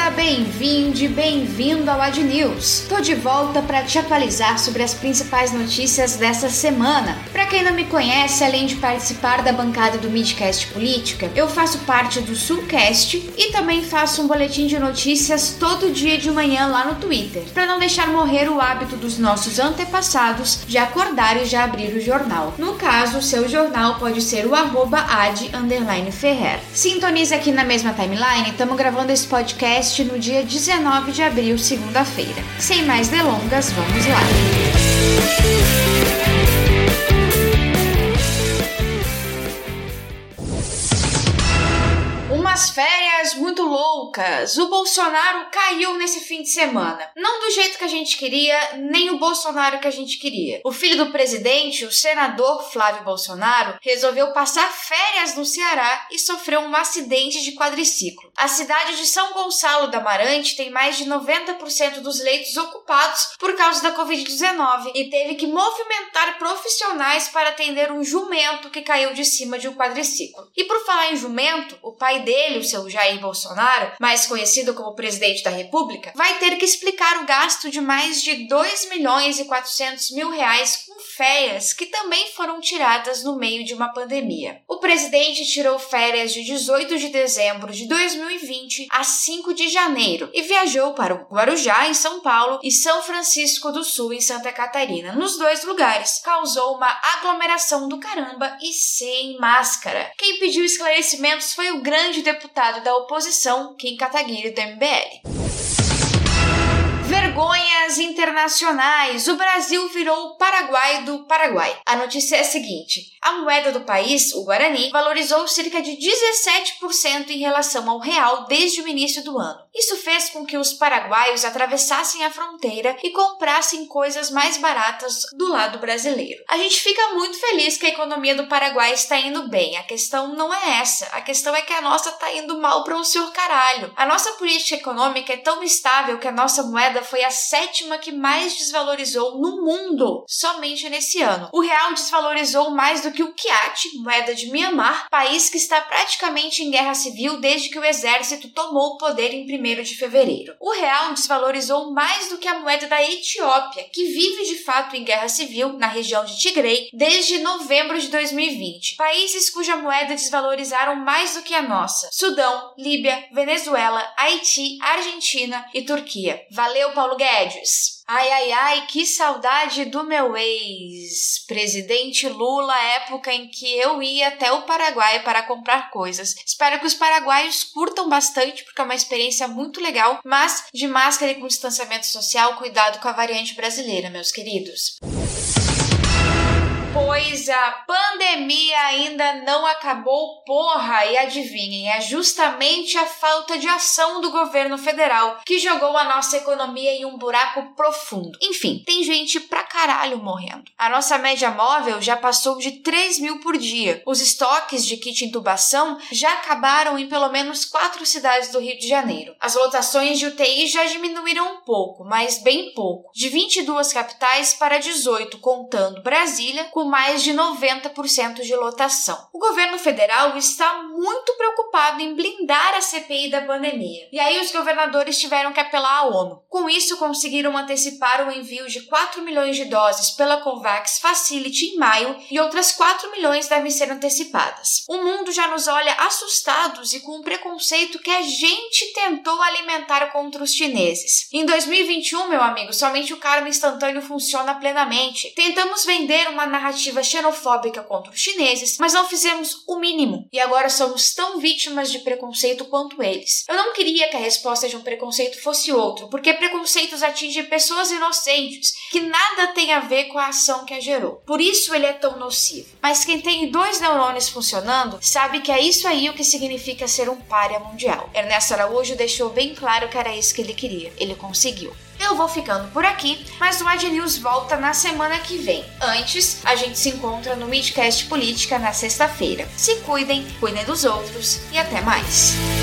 Bem-vinda, bem-vinde, bem-vindo ao Ad News. Tô de volta para te atualizar sobre as principais notícias dessa semana. Para quem não me conhece, além de participar da bancada do Midcast Política, eu faço parte do Sulcast e também faço um boletim de notícias todo dia de manhã lá no Twitter, para não deixar morrer o hábito dos nossos antepassados de acordar e já abrir o jornal. No caso, o seu jornal pode ser o @ad_ferrer. Sintoniza aqui na mesma timeline, estamos gravando esse podcast no dia 19 de abril, segunda-feira. Sem mais delongas, vamos lá! Umas férias muito loucas. O Bolsonaro caiu nesse fim de semana. Não do jeito que a gente queria, nem o Bolsonaro que a gente queria. O filho do presidente, o senador Flávio Bolsonaro, resolveu passar férias no Ceará e sofreu um acidente de quadriciclo. A cidade de São Gonçalo da Amarante tem mais de 90% dos leitos ocupados por causa da Covid-19 e teve que movimentar profissionais para atender um jumento que caiu de cima de um quadriciclo. E por falar em jumento, o pai dele, o seu Jair Bolsonaro, mais conhecido como presidente da República, vai ter que explicar o gasto de mais de 2.400.000 reais com férias que também foram tiradas no meio de uma pandemia. O presidente tirou férias de 18 de dezembro de 2020 a 5 de janeiro e viajou para o Guarujá, em São Paulo, e São Francisco do Sul, em Santa Catarina. Nos dois lugares, causou uma aglomeração do caramba e sem máscara. Quem pediu esclarecimentos foi o grande deputado da oposição, Kim Kataguiri, do MBL. Vergonhas internacionais. O Brasil virou o Paraguai do Paraguai. A notícia é a seguinte: a moeda do país, o Guarani, valorizou cerca de 17% em relação ao real desde o início do ano. Isso fez com que os paraguaios atravessassem a fronteira e comprassem coisas mais baratas do lado brasileiro. A gente fica muito feliz que a economia do Paraguai está indo bem. A questão não é essa. A questão é que a nossa está indo mal para o senhor caralho. A nossa política econômica é tão instável que a nossa moeda foi a 7ª que mais desvalorizou no mundo, somente nesse ano. O real desvalorizou mais do que o Kyat, moeda de Mianmar, país que está praticamente em guerra civil desde que o exército tomou o poder em 1º de fevereiro. O real desvalorizou mais do que a moeda da Etiópia, que vive de fato em guerra civil na região de Tigray desde novembro de 2020. Países cuja moeda desvalorizaram mais do que a nossa: Sudão, Líbia, Venezuela, Haiti, Argentina e Turquia. Valeu, Paulo Guedes! Ai, ai, ai, que saudade do meu ex-presidente Lula, época em que eu ia até o Paraguai para comprar coisas. Espero que os paraguaios curtam bastante, porque é uma experiência muito legal, mas de máscara e com distanciamento social, cuidado com a variante brasileira, meus queridos. Pois a pandemia ainda não acabou, porra! E adivinhem, é justamente a falta de ação do governo federal que jogou a nossa economia em um buraco profundo. Enfim, tem gente pra caralho morrendo. A nossa média móvel já passou de 3.000 por dia. Os estoques de kit intubação já acabaram em pelo menos 4 cidades do Rio de Janeiro. As lotações de UTI já diminuíram um pouco, mas bem pouco. De 22 capitais para 18, contando Brasília, com mais de 90% de lotação. O governo federal está muito preocupado em blindar a CPI da pandemia. E aí os governadores tiveram que apelar à ONU. Com isso, conseguiram antecipar o envio de 4 milhões de doses pela COVAX Facility em maio e outras 4 milhões devem ser antecipadas. O mundo já nos olha assustados e com um preconceito que a gente tentou alimentar contra os chineses. Em 2021, meu amigo, somente o karma instantâneo funciona plenamente. Tentamos vender uma narrativa xenofóbica contra os chineses, mas não fizemos o mínimo e agora somos tão vítimas de preconceito quanto eles. Eu não queria que a resposta de um preconceito fosse outro, porque preconceitos atingem pessoas inocentes que nada tem a ver com a ação que a gerou. Por isso ele é tão nocivo. Mas quem tem 2 neurônios funcionando sabe que é isso aí o que significa ser um pária mundial. Ernesto Araújo deixou bem claro que era isso que ele queria. Ele conseguiu. Eu vou ficando por aqui, mas o Ad News volta na semana que vem. Antes, a gente se encontra no Midcast Política na sexta-feira. Se cuidem, cuidem dos outros e até mais.